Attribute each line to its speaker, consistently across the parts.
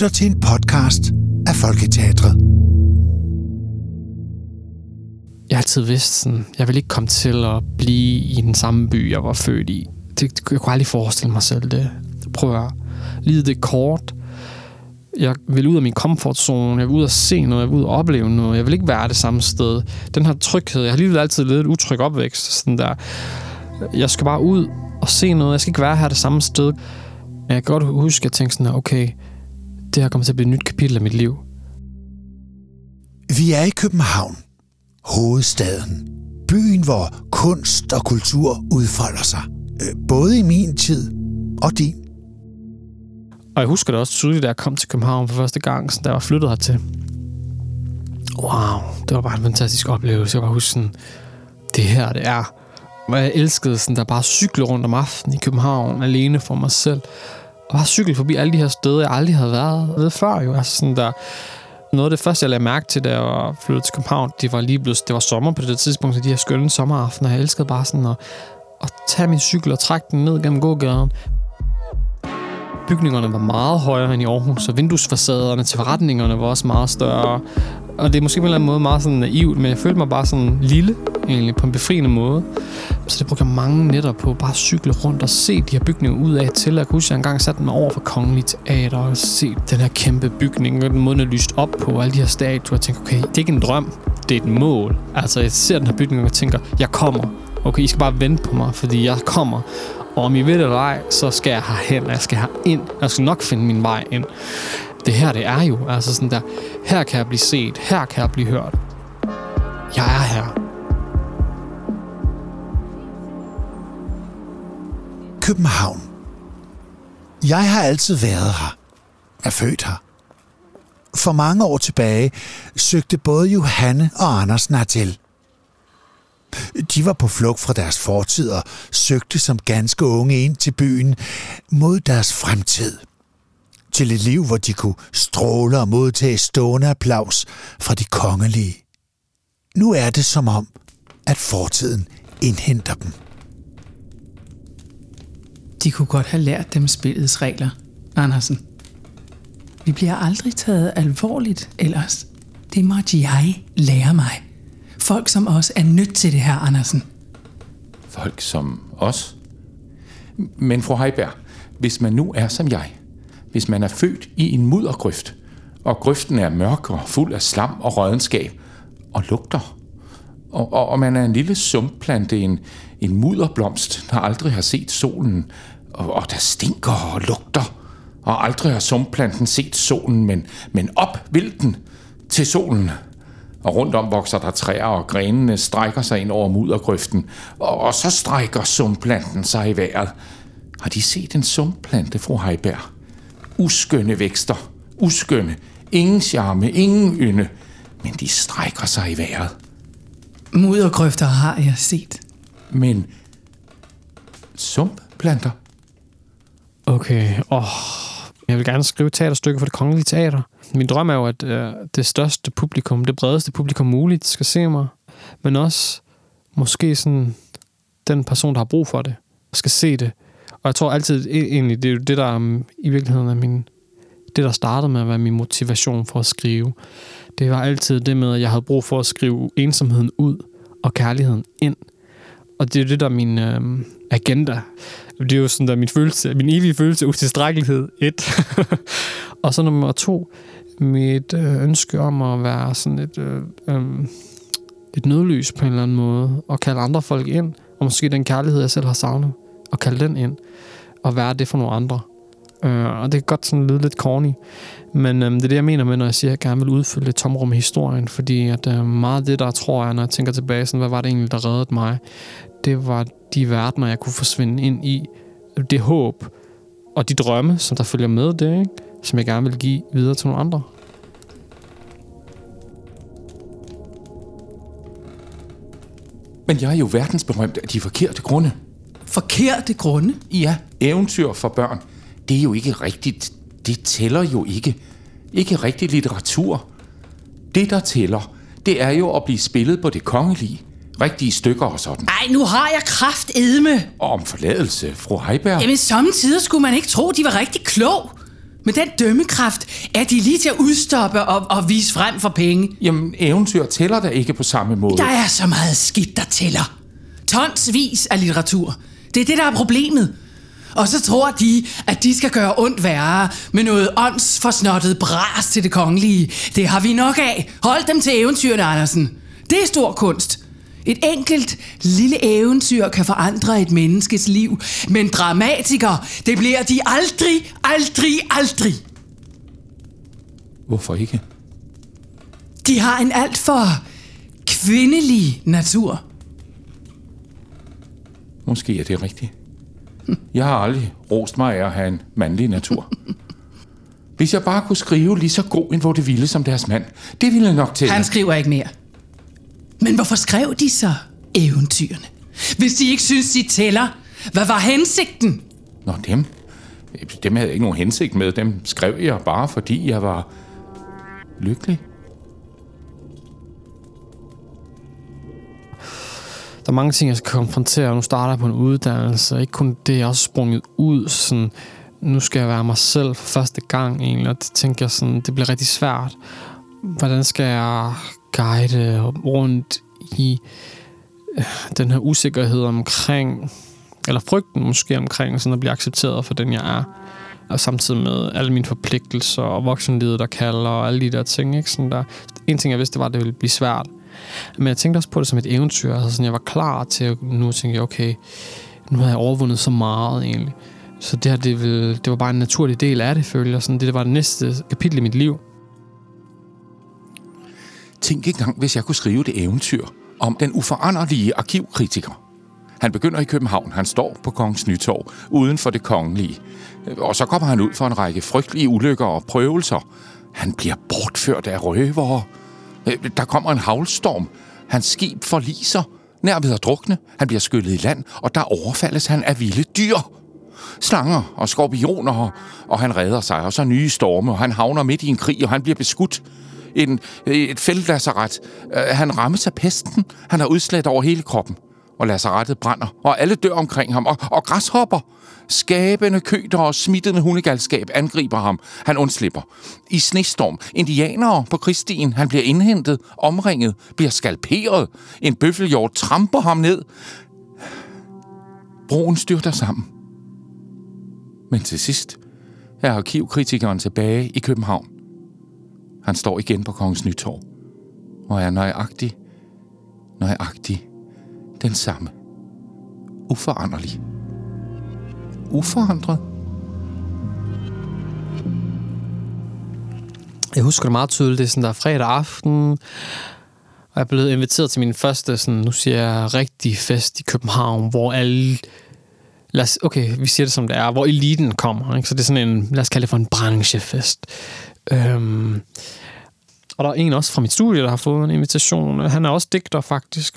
Speaker 1: lytter til en podcast af Folketeatret.
Speaker 2: Jeg har altid vidst, sådan, jeg vil ikke komme til at blive i den samme by, jeg var født i. Jeg kunne aldrig forestille mig selv det. Prøv at lide det kort. Jeg vil ud af min komfortzone, jeg vil ud og se noget, jeg vil ud og opleve noget. Jeg vil ikke være det samme sted. Den her tryghed, jeg har alligevel altid levet et utryg opvækst. Sådan der. Jeg skal bare ud og se noget. Jeg skal ikke være her det samme sted. Men jeg kan godt huske, at jeg tænkte sådan, okay, det her kommer til at blive et nyt kapitel af mit liv.
Speaker 1: Vi er i København, hovedstaden. Byen, hvor kunst og kultur udfolder sig. Både i min tid og din.
Speaker 2: Og jeg husker det også tydeligt, da jeg kom til København for første gang, da jeg var flyttet hertil. Wow, det var bare en fantastisk oplevelse. Jeg kan huske sådan, det her det er. Og jeg elskede sådan, der bare cykle rundt om aftenen i København, alene for mig selv. Og bare cykle forbi alle de her steder, jeg aldrig havde været ved før. Jo. Altså sådan der, noget af det første, jeg lagde mærke til, da jeg var flyttet til København, det var sommer på det tidspunkt, så de her skønne sommeraftener. Jeg elskede bare sådan at tage min cykel og trække den ned gennem gågaden. Bygningerne var meget højere end i Aarhus, så vinduesfacaderne til forretningerne var også meget større. Og det er måske på en eller anden måde meget sådan naivt, men jeg følte mig bare sådan lille, egentlig, på en befriende måde. Så det brugte jeg mange nætter på, bare at cykle rundt og se de her bygninger ud af til. Jeg kunne huske, at jeg engang satte mig over for Kongelige Teater og se den her kæmpe bygning, og den måde, den er lyst op på, og alle de her statuer. Jeg tænkte, okay, det er ikke en drøm, det er et mål. Altså, jeg ser den her bygning og tænker, jeg kommer. Okay, I skal bare vente på mig, fordi jeg kommer. Og om I ved det eller ej, så skal jeg herhen, jeg skal herind. Jeg skal nok finde min vej ind. Det her, det er jo, altså sådan der, her kan jeg blive set, her kan jeg blive hørt. Jeg er her.
Speaker 1: København. Jeg har altid været her. Er født her. For mange år tilbage søgte både Johanne og Andersen hertil. De var på flugt fra deres fortid og søgte som ganske unge ind til byen mod deres fremtid. Til et liv, hvor de kunne stråle og modtage stående applaus fra de kongelige. Nu er det som om, at fortiden indhenter dem.
Speaker 3: De kunne godt have lært dem spillets regler, Andersen. Vi bliver aldrig taget alvorligt ellers. Det måtte jeg lære mig. Folk som os er nødt til det her, Andersen.
Speaker 4: Folk som os? Men fru Heiberg, hvis man nu er som jeg, hvis man er født i en muddergrøft, og grøften er mørk og fuld af slam og rådenskab, og lugter, og man er en lille sumpplante, en mudderblomst, der aldrig har set solen, og der stinker og lugter, og aldrig har sumpplanten set solen, men op vil den til solen. Og rundt om vokser der træer, og grenene strækker sig ind over muddergrøften, og så strækker sumpplanten sig i vejret. Har de set en sumpplante, fru Heiberg? Uskønne vækster, uskønne, ingen charme, ingen ynde, men de strækker sig i vejret.
Speaker 3: Muddergrøfter har jeg set.
Speaker 4: Men sumpplanter?
Speaker 2: Okay, jeg vil gerne skrive et teaterstykke for Det Kongelige Teater. Min drøm er jo, at det største publikum, det bredeste publikum muligt, skal se mig. Men også måske sådan den person, der har brug for det, skal se det. Og jeg tror altid, egentlig, det er jo det, der i virkeligheden er det, der startede med at være min motivation for at skrive. Det var altid det med, at jeg havde brug for at skrive ensomheden ud og kærligheden ind. Og det er jo det, der er min agenda. Det er jo sådan der min evige følelse af utilstrækkelighed, 1. Og så nummer 2, mit ønske om at være sådan et nødlys på en eller anden måde, og kalde andre folk ind, og måske den kærlighed, jeg selv har savnet, og kalde den ind, og være det for nogle andre. Og det kan godt sådan lyde lidt corny, men det er det, jeg mener med, når jeg siger, at jeg gerne vil udfylde et tomrum i historien, fordi at meget af det, der tror jeg, når jeg tænker tilbage, sådan, hvad var det egentlig, der reddede mig? Det var de verdener, jeg kunne forsvinde ind i, det håb og de drømme, som der følger med det, ikke? Som jeg gerne vil give videre til nogle andre.
Speaker 4: Men jeg er jo verdensberømt af de forkerte grunde.
Speaker 3: Forkerte grunde?
Speaker 4: Ja, eventyr for børn. Det er jo ikke rigtigt. Det tæller jo ikke. Ikke rigtig litteratur. Det, der tæller, det er jo at blive spillet på Det Kongelige. Rigtige stykker og sådan.
Speaker 3: Ej, nu har jeg kraftedme.
Speaker 4: Og om forladelse, fru Heiberg.
Speaker 3: Jamen, samtidig skulle man ikke tro, de var rigtig klog. Med den dømmekraft, Er de lige til at udstoppe og vise frem for penge?
Speaker 4: Jamen, eventyr tæller da ikke på samme måde.
Speaker 3: Der er så meget skidt, der tæller. Tonsvis af litteratur. Det er det, der er problemet. Og så tror de, at de skal gøre ondt værre med noget åndsforsnottet bras til det kongelige. Det har vi nok af. Hold dem til eventyrene, Andersen. Det er stor kunst. Et enkelt lille eventyr kan forandre et menneskes liv, men dramatikere, det bliver de aldrig, aldrig, aldrig.
Speaker 4: Hvorfor ikke?
Speaker 3: De har en alt for kvindelig natur.
Speaker 4: Måske er det rigtigt. Jeg har aldrig rost mig af at have en mandlig natur. Hvis jeg bare kunne skrive lige så god en vaudeville som deres mand, det ville nok til.
Speaker 3: Han skriver ikke mere. Men hvorfor skrev de så eventyrene? Hvis de ikke synes, de tæller, hvad var hensigten?
Speaker 4: Nå, dem havde jeg ikke nogen hensigt med. Dem skrev jeg bare, fordi jeg var lykkelig.
Speaker 2: Der er mange ting, jeg skal konfrontere. Nu starter jeg på en uddannelse. Ikke kun det, jeg er også sprunget ud. Sådan, nu skal jeg være mig selv for første gang egentlig. Og det tænker jeg sådan, det bliver rigtig svært. Hvordan skal jeg guide rundt i den her usikkerhed omkring, eller frygten måske omkring, sådan at blive accepteret for den, jeg er. Og samtidig med alle mine forpligtelser og voksenlivet, der kalder, og alle de der ting. Ikke? Sådan der. En ting, jeg vidste, var, at det ville blive svært. Men jeg tænkte også på det som et eventyr. Altså sådan, jeg var klar til at nu tænke, okay, nu har jeg overvundet så meget egentlig. Så det her, det var bare en naturlig del af det, følte jeg. Sådan, det var det næste kapitel i mit liv.
Speaker 4: Tænk engang, hvis jeg kunne skrive det eventyr om den uforanderlige arkivkritiker. Han begynder i København. Han står på Kongens Nytorv uden for det kongelige. Og så kommer han ud for en række frygtelige ulykker og prøvelser. Han bliver bortført af røvere. Der kommer en haglstorm. Hans skib forliser, nær ved at drukne. Han bliver skyllet i land, og der overfaldes han af vilde dyr. Slanger og skorpioner, og han redder sig. Og så nye storme, og han havner midt i en krig, og han bliver beskudt. Et feltlazaret. Han rammes af pesten. Han har udslæt over hele kroppen. Og lazarettet brænder, og alle dør omkring ham. Og græshopper, skabende køter og smittende hundegalskab angriber ham. Han undslipper. I snestorm. Indianere på krigsstien. Han bliver indhentet, omringet, bliver skalperet. En bøffelhjort tramper ham ned. Broen styrter sammen. Men til sidst er arkivkritikeren tilbage i København. Han står igen på Kongens Nytorv og er nøjagtig den samme. Uforanderlig. Uforandret.
Speaker 2: Jeg husker det meget tydeligt. Det er sådan, der fredag aften, og jeg er blevet inviteret til min første, sådan, nu siger jeg, rigtig fest i København, hvor alle... Okay, vi siger det som det er, hvor eliten kommer. Ikke? Så det er sådan en, lad os kalde det for en branchefest. Og der er en også fra mit studie, der har fået en invitation. Han er også digter, faktisk.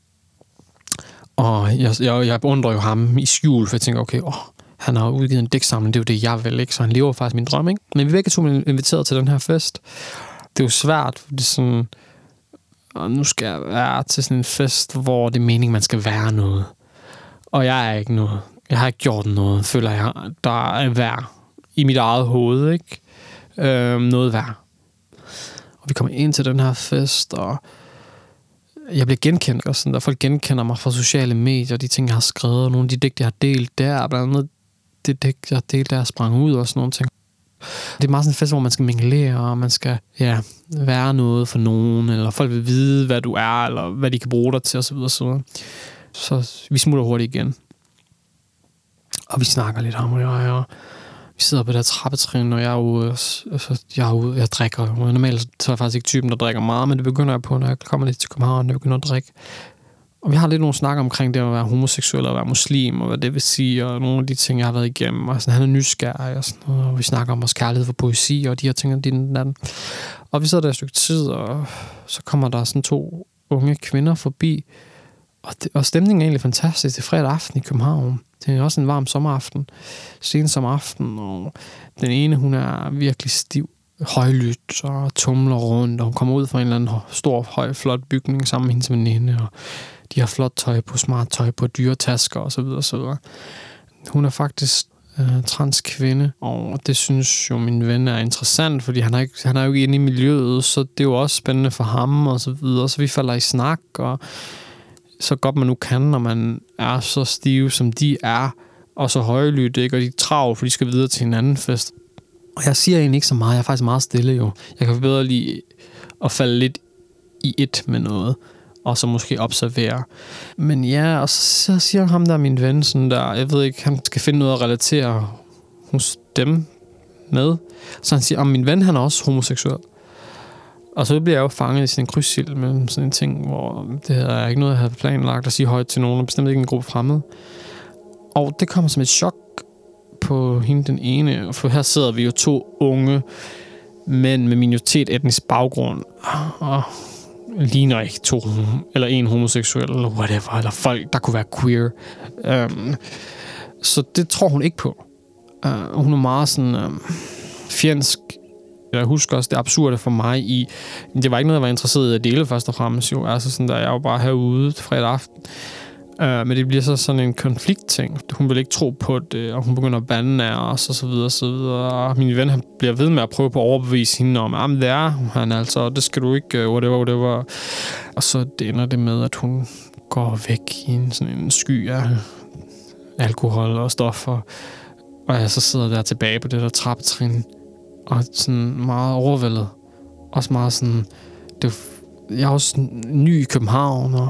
Speaker 2: Og jeg beundrer jo ham i skjul, for jeg tænker, okay, han har udgivet en digtsamling, det er jo det, jeg vil, ikke? Så han lever faktisk min drøm, ikke? Men vi begge to er inviteret til den her fest. Det er jo svært, for det er sådan... Og nu skal jeg være til sådan en fest, hvor det er meningen, man skal være noget. Og jeg er ikke noget. Jeg har ikke gjort noget, føler jeg, der er værd i mit eget hoved, ikke? Noget værd. Og vi kommer ind til den her fest, og jeg bliver genkendt, og sådan, der folk genkender mig fra sociale medier, de ting, jeg har skrevet, og nogle af de digte, jeg har delt der, blandt andet det digte, jeg har delt der, sprang ud og sådan nogle ting. Det er meget sådan en fest, hvor man skal minglere, og man skal være noget for nogen, eller folk vil vide, hvad du er, eller hvad de kan bruge dig til, osv. Så vi smutter hurtigt igen. Og vi snakker lidt om, og vi sidder på det her trappetrin, og jeg drikker. Normalt så er jeg faktisk ikke typen, der drikker meget, men det begynder jeg på, når jeg kommer lidt til København, og jeg begynder at drikke. Og vi har lidt nogle snakker omkring det at være homoseksuel og være muslim, og hvad det vil sige, og nogle af de ting, jeg har været igennem. Og sådan, han er nysgerrig, og sådan noget, og vi snakker om vores kærlighed for poesi, og de her ting, og den. Og vi sidder der et stykke tid, og så kommer der sådan 2 unge kvinder forbi, og stemningen er egentlig fantastisk. Det er fredag aften i København. Det er også en varm sommeraften, sen sommeraften, og den ene, hun er virkelig stiv, højlydt og tumler rundt, og hun kommer ud fra en eller anden stor, høj, flot bygning sammen med hendes veninde, og de har flot tøj på, smart tøj på, dyre tasker osv. Hun er faktisk transkvinde, og det synes jo min ven er interessant, fordi han er jo ikke inde i miljøet, så det er jo også spændende for ham, og så videre, så vi falder i snak, og så godt man nu kan, når man er så stive, som de er, og så højlydt, ikke? Og de er travlt, for de skal videre til en anden fest. Og jeg siger egentlig ikke så meget, jeg er faktisk meget stille jo. Jeg kan bedre lide at falde lidt i et med noget, og så måske observere. Men ja, og så siger ham der, min ven, sådan der, jeg ved ikke, han skal finde noget at relatere hos dem med. Så han siger, min ven, han er også homoseksuel. Og så bliver jeg jo fanget i sådan en krydsild med sådan en ting, hvor det er ikke noget, jeg havde planlagt at sige højt til nogen, og bestemt ikke en gruppe fremmede. Og det kommer som et chok på hende den ene, for her sidder vi jo 2 unge mænd med minoritet etnisk baggrund, og ligner ikke 2 eller en homoseksuel, eller whatever, eller folk, der kunne være queer. Så det tror hun ikke på. Hun er meget sådan fjendsk. Jeg husker også det absurde for mig i, det var ikke noget, jeg var interesseret i at dele først og fremmest jo. Altså sådan der, jeg var bare herude fredag aften. Men det bliver så sådan en konfliktting. Hun vil ikke tro på det, og hun begynder at bande af os, og så videre, så videre. Og min ven, han bliver ved med at prøve på at overbevise hende om, det er han altså, det skal du ikke, whatever. Og så det ender det med, at hun går væk i sådan en sky af alkohol og stoffer. Og jeg så sidder der tilbage på det der trappetrin, og sådan meget overvældet. Også meget sådan, jeg er også ny i København, og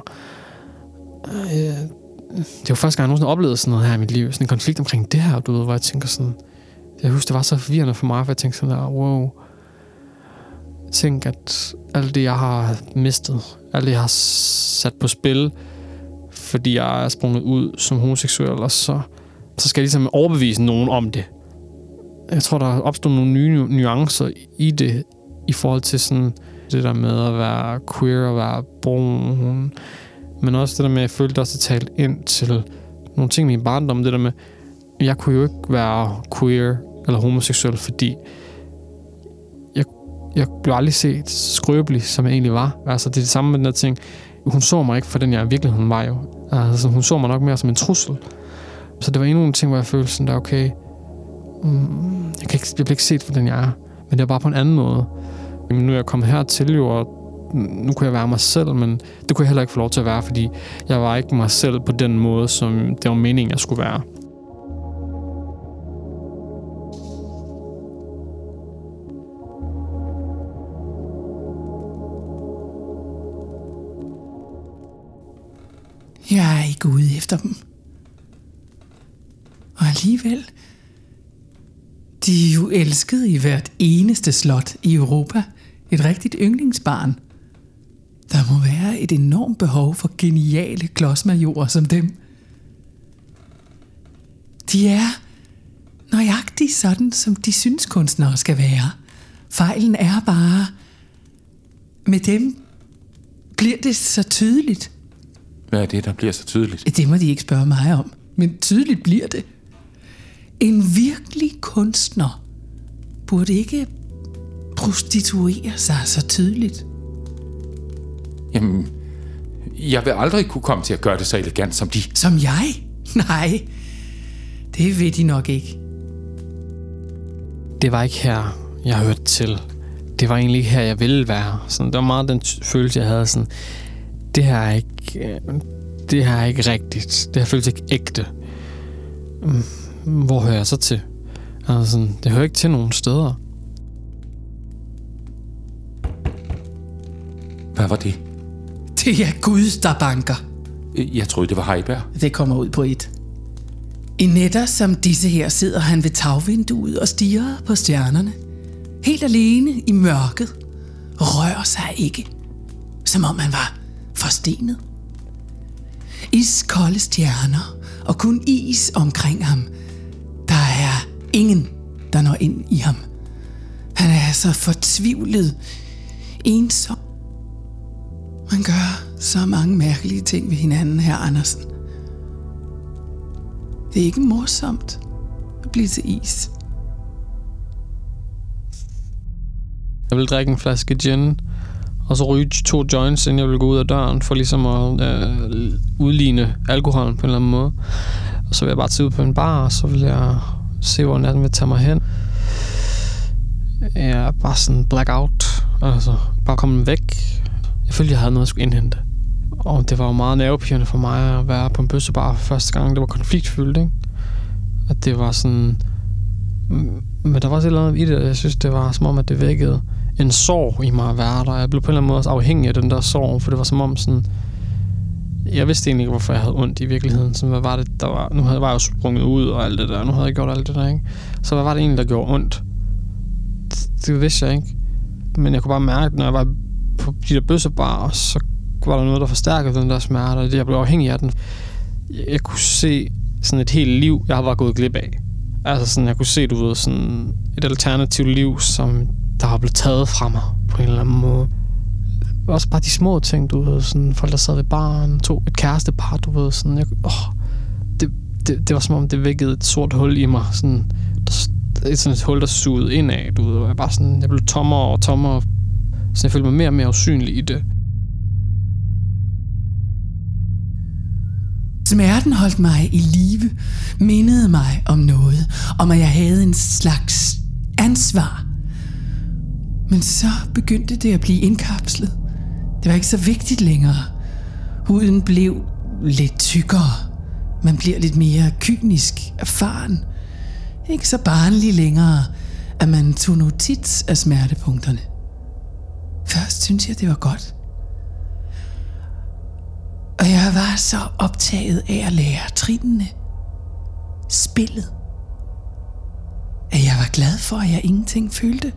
Speaker 2: det var første gang, jeg nogensinde oplevede sådan noget her i mit liv. Sådan en konflikt omkring det her, du ved, hvor jeg tænker sådan... Jeg husker, det var så forvirrende for mig, for jeg tænkte sådan der, wow... Tænk, at alt det, jeg har mistet, alt det, jeg har sat på spil, fordi jeg er sprunget ud som homoseksuel, og så skal jeg ligesom overbevise nogen om det. Jeg tror, der opstod nogle nye nuancer i det, i forhold til sådan det der med at være queer og være brun. Men også det der med, at jeg følte også, at talt ind til nogle ting i min barndom. Det der med, jeg kunne jo ikke være queer eller homoseksuel, fordi jeg blev aldrig set skrøbelig, som jeg egentlig var. Altså, det er det samme med den der ting. Hun så mig ikke for den, jeg i virkeligheden var jo. Altså, hun så mig nok mere som en trussel. Så det var endnu en ting, hvor jeg følte sådan der, okay, jeg bliver ikke set for den, jeg er. Men det er bare på en anden måde. Jamen, nu er jeg kommet hertil jo, og nu kunne jeg være mig selv, men det kunne jeg heller ikke få lov til at være, fordi jeg var ikke mig selv på den måde, som det var meningen, jeg skulle være.
Speaker 3: Jeg er ikke ude efter dem. Og alligevel, de er jo elskede i hvert eneste slot i Europa. Et rigtigt yndlingsbarn. Der må være et enormt behov for geniale klodsmajorer som dem. De er nøjagtigt sådan, som de synes kunstnere skal være. Fejlen er bare, med dem bliver det så tydeligt.
Speaker 4: Hvad er det, der bliver så tydeligt?
Speaker 3: Det må de ikke spørge mig om, men tydeligt bliver det. En virkelig kunstner burde ikke prostituere sig så tydeligt.
Speaker 4: Jamen, jeg vil aldrig kunne komme til at gøre det så elegant som de.
Speaker 3: Som jeg? Nej, det ved de nok ikke.
Speaker 2: Det var ikke her, jeg hørte til. Det var egentlig ikke her, jeg ville være. Sådan, det var meget den følelse, jeg havde. Sådan, det her er ikke rigtigt. Det her føles ikke ægte. Hvor hører jeg så til? Altså, sådan, det hører ikke til nogen steder.
Speaker 4: Hvad var det?
Speaker 3: Det er Gud, der banker.
Speaker 4: Jeg troede, det var Heiberg.
Speaker 3: Det kommer ud på et. I nætter som disse her sidder han ved tagvinduet og stirrer på stjernerne. Helt alene i mørket. Rører sig ikke. Som om han var forstenet. Iskolde stjerner og kun is omkring ham. Der er ingen, der når ind i ham. Han er så fortvivlet, ensom. Man gør så mange mærkelige ting ved hinanden, herr Andersen. Det er ikke morsomt at blive til is.
Speaker 2: Jeg vil drikke en flaske gin, og så ryge 2 joints, inden jeg vil gå ud af døren, for ligesom at udligne alkoholen på en eller anden måde. Og så vil jeg bare tage ud på en bar, og så vil jeg Se, hvor natten vil tage mig hen. Jeg er bare sådan blackout. Altså, bare komme væk. Jeg følte, jeg havde noget, jeg skulle indhente. Og det var jo meget nervepirrende for mig at være på en bøssebar for første gang. Det var konfliktfyldt, ikke? Og det var sådan... Men der var også et eller andet i det, jeg synes, det var som om, at det vækkede en sorg i mig at være der. Jeg blev på en eller anden måde også afhængig af den der sorg, for det var som om sådan... Jeg vidste egentlig ikke, hvorfor jeg havde ondt i virkeligheden. Så hvad var det, der var... Nu var jeg jo sprunget ud og alt det der. Nu havde jeg gjort alt det der, ikke? Så hvad var det egentlig, der gjorde ondt? Det vidste jeg ikke. Men jeg kunne bare mærke, når jeg var på de der bøssebarer, så var der noget, der forstærkede den der smerte, og jeg blev afhængig af den. Jeg kunne se sådan et helt liv, jeg var gået glip af. Altså sådan, jeg kunne se, du ved, sådan et alternativt liv, som der har blevet taget fra mig på en eller anden måde. Også bare de små ting, du ved, sådan folk, der sad ved baren, et kærestepar, du ved, sådan, det var som om, det vækkede et sort hul i mig, sådan et hul, der sugede indad, du ved, jeg blev tommere og tommere, så jeg følte mig mere og mere usynlig i det.
Speaker 3: Smerten holdt mig i live, mindede mig om noget, om at jeg havde en slags ansvar. Men så begyndte det at blive indkapslet. Det var ikke så vigtigt længere. Huden blev lidt tykkere. Man bliver lidt mere kynisk erfaren. Ikke så barnlig længere, at man tog notits af smertepunkterne. Først synes jeg, det var godt. Og jeg var så optaget af at lære trinene. Spillet. At jeg var glad for, at jeg ingenting følte.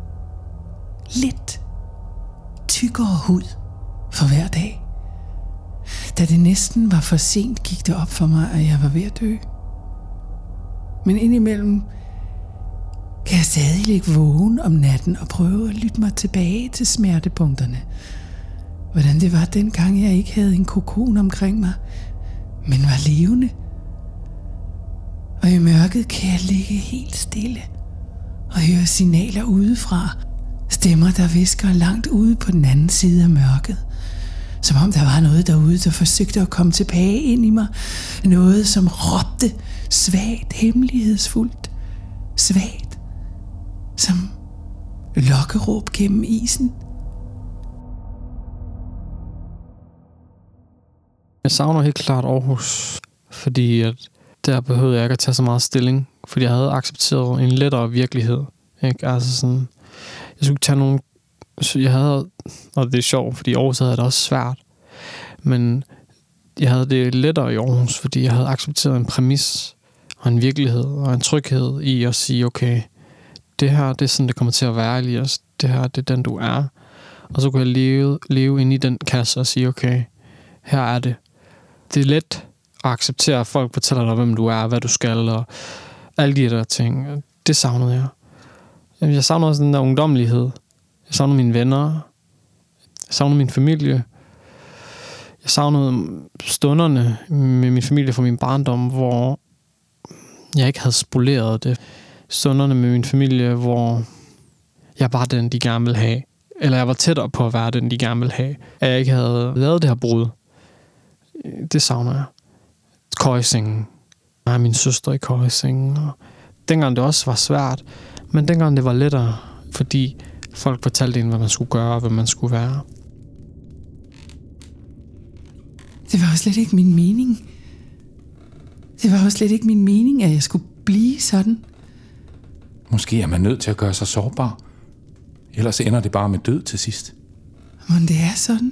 Speaker 3: Lidt tykkere hud for hver dag. Da det næsten var for sent, gik det op for mig, at jeg var ved at dø. Men indimellem kan jeg stadig ligge vågen om natten og prøve at lytte mig tilbage til smertepunkterne. Hvordan det var dengang, jeg ikke havde en kokon omkring mig, men var levende. Og i mørket kan jeg ligge helt stille og høre signaler udefra. Stemmer, der visker langt ude på den anden side af mørket. Som om der var noget derude, der forsøgte at komme tilbage ind i mig. Noget, som råbte svagt, hemmelighedsfuldt. Svagt. Som lokkeråb gennem isen.
Speaker 2: Jeg savner helt klart Aarhus, fordi at der behøvede jeg ikke at tage så meget stilling, fordi jeg havde accepteret en lettere virkelighed. Ikke? Altså sådan, jeg skulle tage nogle... Jeg havde, og det er sjovt, fordi i Aarhus havde jeg det også svært, men jeg havde det lettere i Aarhus, fordi jeg havde accepteret en præmis og en virkelighed og en tryghed i at sige, okay, det her, det er sådan, det kommer til at være, Elias. Det her, det er den, du er. Og så kunne jeg leve ind i den kasse og sige, okay, her er det. Det er let at acceptere, at folk fortæller dig, hvem du er, hvad du skal, og alle de der ting. Det savnede jeg. Jeg savnede også den der ungdommelighed. Jeg savnede mine venner. Jeg savnede min familie. Jeg savnede stunderne med min familie fra min barndom, hvor jeg ikke havde spoleret det. Stunderne med min familie, hvor jeg var den, de gerne ville have. Eller jeg var tættere på at være den, de gerne ville have. At jeg ikke havde lavet det her brud. Det savner jeg. Køjesengen. Jeg har min søster i køjesengen. Og dengang det også var svært, men dengang det var lettere, fordi folk fortalte en, hvad man skulle gøre, hvad man skulle være.
Speaker 3: Det var jo slet ikke min mening. Det var jo slet ikke min mening, at jeg skulle blive sådan.
Speaker 4: Måske er man nødt til at gøre sig sårbar. Ellers ender det bare med død til sidst.
Speaker 3: Men det er sådan.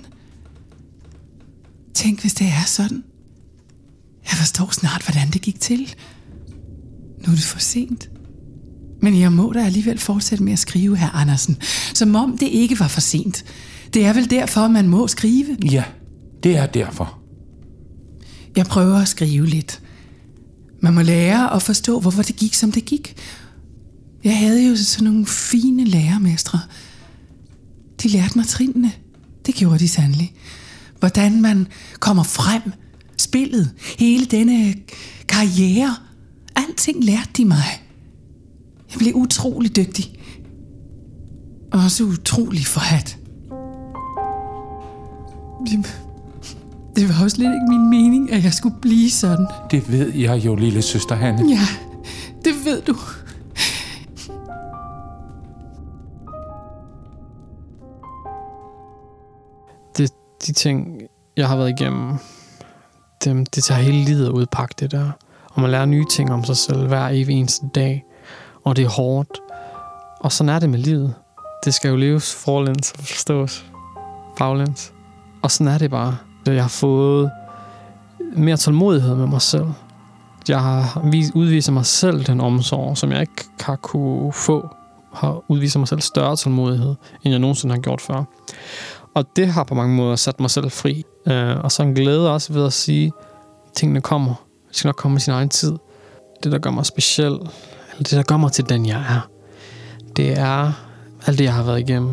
Speaker 3: Tænk, hvis det er sådan. Jeg forstår snart, hvordan det gik til. Nu er det for sent. Men jeg må da alligevel fortsætte med at skrive, hr. Andersen. Som om det ikke var for sent. Det er vel derfor, man må skrive?
Speaker 4: Ja, det er derfor.
Speaker 3: Jeg prøver at skrive lidt. Man må lære at forstå, hvorfor det gik, som det gik. Jeg havde jo sådan nogle fine lærermestre. De lærte mig trinene. Det gjorde de sandelig. Hvordan man kommer frem. Spillet. Hele denne karriere. Alting lærte de mig. Jeg blev utrolig dygtig. Og også utrolig forhat. Det var jo slet ikke min mening, at jeg skulle blive sådan.
Speaker 4: Det ved jeg jo, lille søster Hanne.
Speaker 3: Ja, Det ved du.
Speaker 2: De ting, jeg har været igennem, det tager hele livet at udpakke det der. Og man lærer nye ting om sig selv hver evig eneste dag. Og det er hårdt. Og sådan er det med livet. Det skal jo leves forlæns og forstås baglæns. Og sådan er det bare. Jeg har fået mere tålmodighed med mig selv. Jeg har udvist mig selv den omsorg, som jeg ikke har kunne få. Har udvist mig selv større tålmodighed, end jeg nogensinde har gjort før. Og det har på mange måder sat mig selv fri. Og så en glæde også ved at sige, at tingene kommer. Det skal nok komme i sin egen tid. Det, der gør mig speciel, eller det, der gør mig til den, jeg er, det er alt det, jeg har været igennem.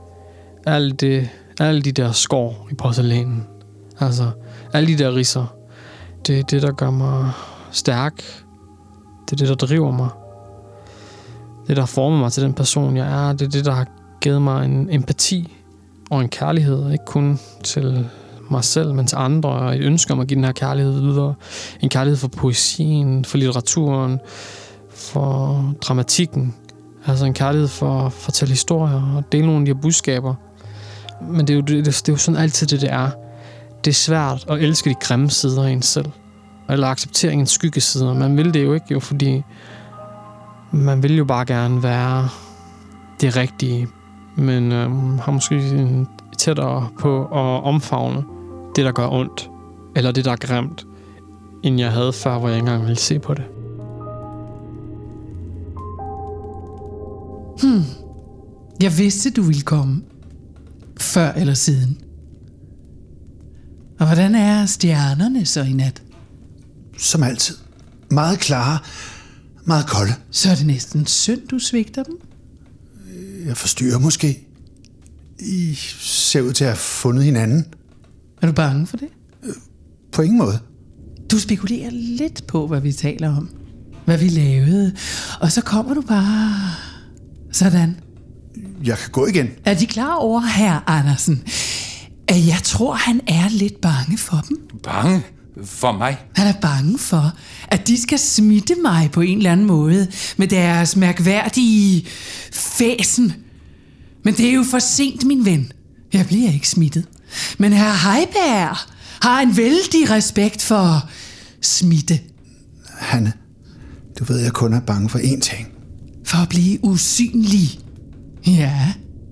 Speaker 2: Alle de der skår i porcelænen. Altså, alle de der ridser. Det er det, der gør mig stærk. Det er det, der driver mig. Det, der former mig til den person, jeg er. Det er det, der har givet mig en empati og en kærlighed. Ikke kun til mig selv, men til andre. Og et ønske om at give den her kærlighed videre. En kærlighed for poesien, for litteraturen, for dramatikken. Altså en kærlighed for at fortælle historier og dele nogle af de her budskaber. Men det er jo sådan altid det er. Det er svært at elske de grimme sider af en selv. Eller acceptere en skyggesider. Man vil det jo ikke, fordi man vil jo bare gerne være det rigtige. Men har måske tættere på at omfavne det, der gør ondt. Eller det, der er grimt, end jeg havde før, hvor jeg ikke engang ville se på det.
Speaker 3: Jeg vidste, du ville komme. Før eller siden. Og hvordan er stjernerne så i nat?
Speaker 1: Som altid. Meget klare, meget kolde.
Speaker 3: Så er det næsten synd, du svigter dem?
Speaker 1: Jeg forstyrrer måske. I ser ud til at have fundet hinanden.
Speaker 3: Er du bange for det?
Speaker 1: På ingen måde.
Speaker 3: Du spekulerer lidt på, hvad vi taler om. Hvad vi lavede. Og så kommer du bare sådan.
Speaker 1: Jeg kan gå igen.
Speaker 3: Er de klar over, herr Andersen, at jeg tror, han er lidt bange for dem?
Speaker 4: Bange? For mig?
Speaker 3: Han er bange for, at de skal smitte mig på en eller anden måde med deres mærkværdige fæsen. Men det er jo for sent, min ven. Jeg bliver ikke smittet. Men herr Heiberg har en vældig respekt for smitte.
Speaker 1: Hanne, du ved, jeg kun er bange for én ting.
Speaker 3: For at blive usynlig. Ja.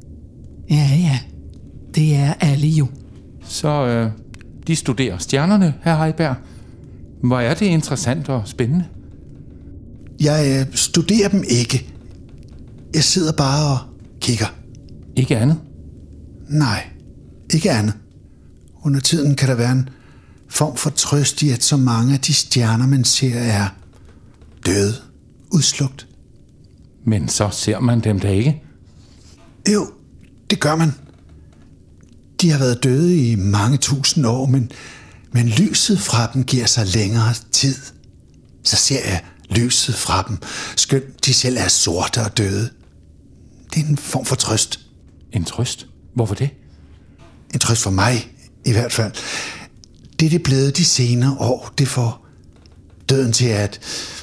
Speaker 3: Det er alle jo.
Speaker 4: Så de studerer stjernerne, herr Heiberg. Hvor er det interessant og spændende.
Speaker 1: Jeg studerer dem ikke. Jeg sidder bare og kigger.
Speaker 4: Ikke andet?
Speaker 1: Nej, ikke andet. Under tiden kan der være en form for trøst i, at så mange af de stjerner, man ser, er døde, udslugt.
Speaker 4: Men så ser man dem da ikke?
Speaker 1: Jo, det gør man. De har været døde i mange tusind år, men lyset fra dem giver sig længere tid. Så ser jeg lyset fra dem, skønt de selv er sorte og døde. Det er en form for trøst.
Speaker 4: En trøst? Hvorfor det?
Speaker 1: En trøst for mig, i hvert fald. Det er blevet de senere år. Det får døden til at...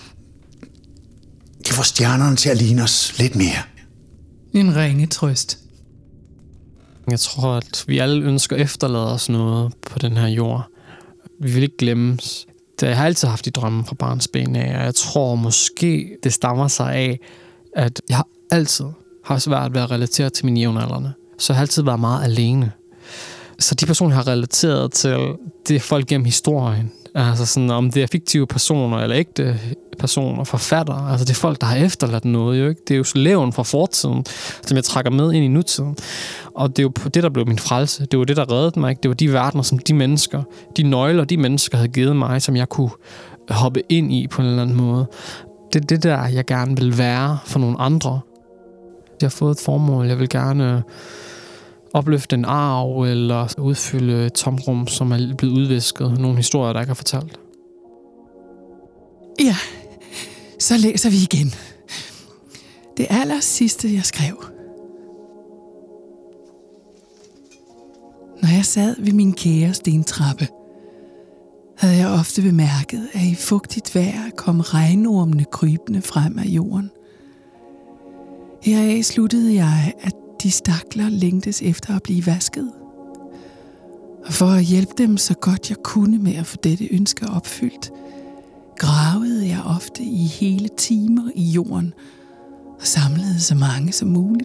Speaker 1: Det får stjernerne til at ligne os lidt mere.
Speaker 3: En ringe trøst.
Speaker 2: Jeg tror, at vi alle ønsker at efterlade os noget på den her jord. Vi vil ikke glemmes. Jeg har altid haft de drømme fra barnsben af, og jeg tror måske, det stammer sig af, at jeg altid har svært ved at relatere til mine jævnaldrende. Så jeg har altid været meget alene. Så de personer, jeg har relateret til, det er folk gennem historien. Altså sådan, om det er fiktive personer eller ægte personer, forfattere. Altså det er folk, der har efterladt noget, jo ikke? Det er jo leven fra fortiden, som jeg trækker med ind i nutiden. Og det er jo det, der blev min frelse. Det var det, der reddede mig, ikke? Det var de verdener, som de mennesker, de nøgler, de mennesker havde givet mig, som jeg kunne hoppe ind i på en eller anden måde. Det er det der, jeg gerne vil være for nogle andre. Jeg har fået et formål. Jeg vil gerne opløfte en arv eller udfylde et tomrum, som er blevet udvisket. Nogle historier, der ikke har fortalt.
Speaker 3: Ja, så læser vi igen. Det aller sidste, jeg skrev. Når jeg sad ved min kære stentrappe, havde jeg ofte bemærket, at i fugtigt vejr kom regnormene krybende frem af jorden. Heraf sluttede jeg, at de stakler længtes efter at blive vasket. Og for at hjælpe dem så godt jeg kunne med at få dette ønske opfyldt, gravede jeg ofte i hele timer i jorden og samlede så mange som muligt.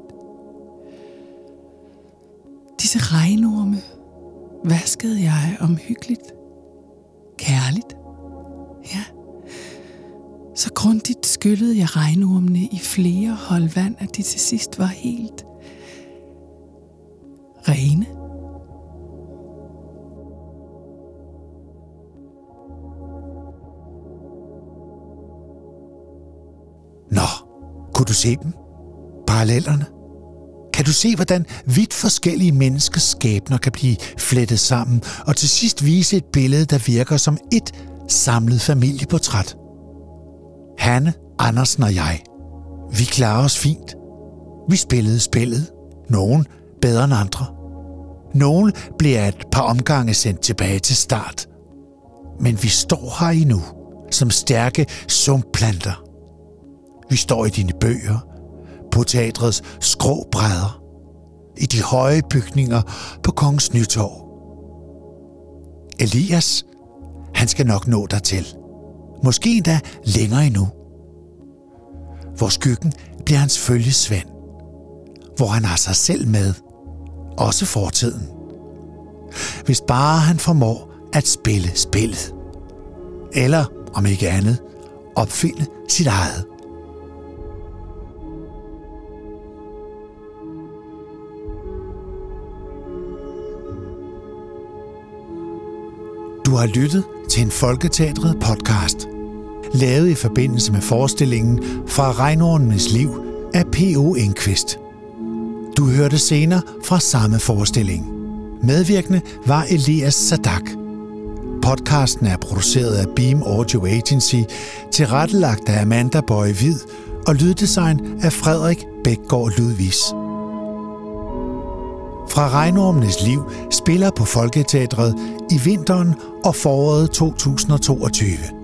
Speaker 3: Disse regnorme vaskede jeg omhyggeligt, kærligt. Ja, så grundigt skyllede jeg regnormene i flere hold vand, at de til sidst var helt rene.
Speaker 1: Nå, kunne du se dem? Parallellerne? Kan du se, hvordan vidt forskellige menneskers skæbner kan blive flettet sammen og til sidst vise et billede, der virker som et samlet familieportræt? Hanne, Andersen og jeg, vi klarer os fint. Vi spillede spillet. Nogen bedre end andre. Nogle bliver et par omgange sendt tilbage til start. Men vi står her endnu, som stærke sumpplanter. Vi står i dine bøger, på teatrets skrå brædder, i de høje bygninger på Kongens Nytorv. Elias, han skal nok nå dertil. Måske endda længere endnu. Hvor skyggen bliver hans følgesvend. Hvor han har sig selv med. Også fortiden. Hvis bare han formår at spille spillet. Eller, om ikke andet, opfinde sit eget. Du har lyttet til en Folketeatret podcast, lavet i forbindelse med forestillingen Fra regnormenes liv af P.O. Enquist. Du hørte scener fra samme forestilling. Medvirkende var Elias Sadak. Podcasten er produceret af Beam Audio Agency, tilrettelagt af Amanda Bøje Hvid og lyddesign af Frederik Bækgaard Ludvigs. Fra regnormenes liv spiller på Folketeatret i vinteren og foråret 2022.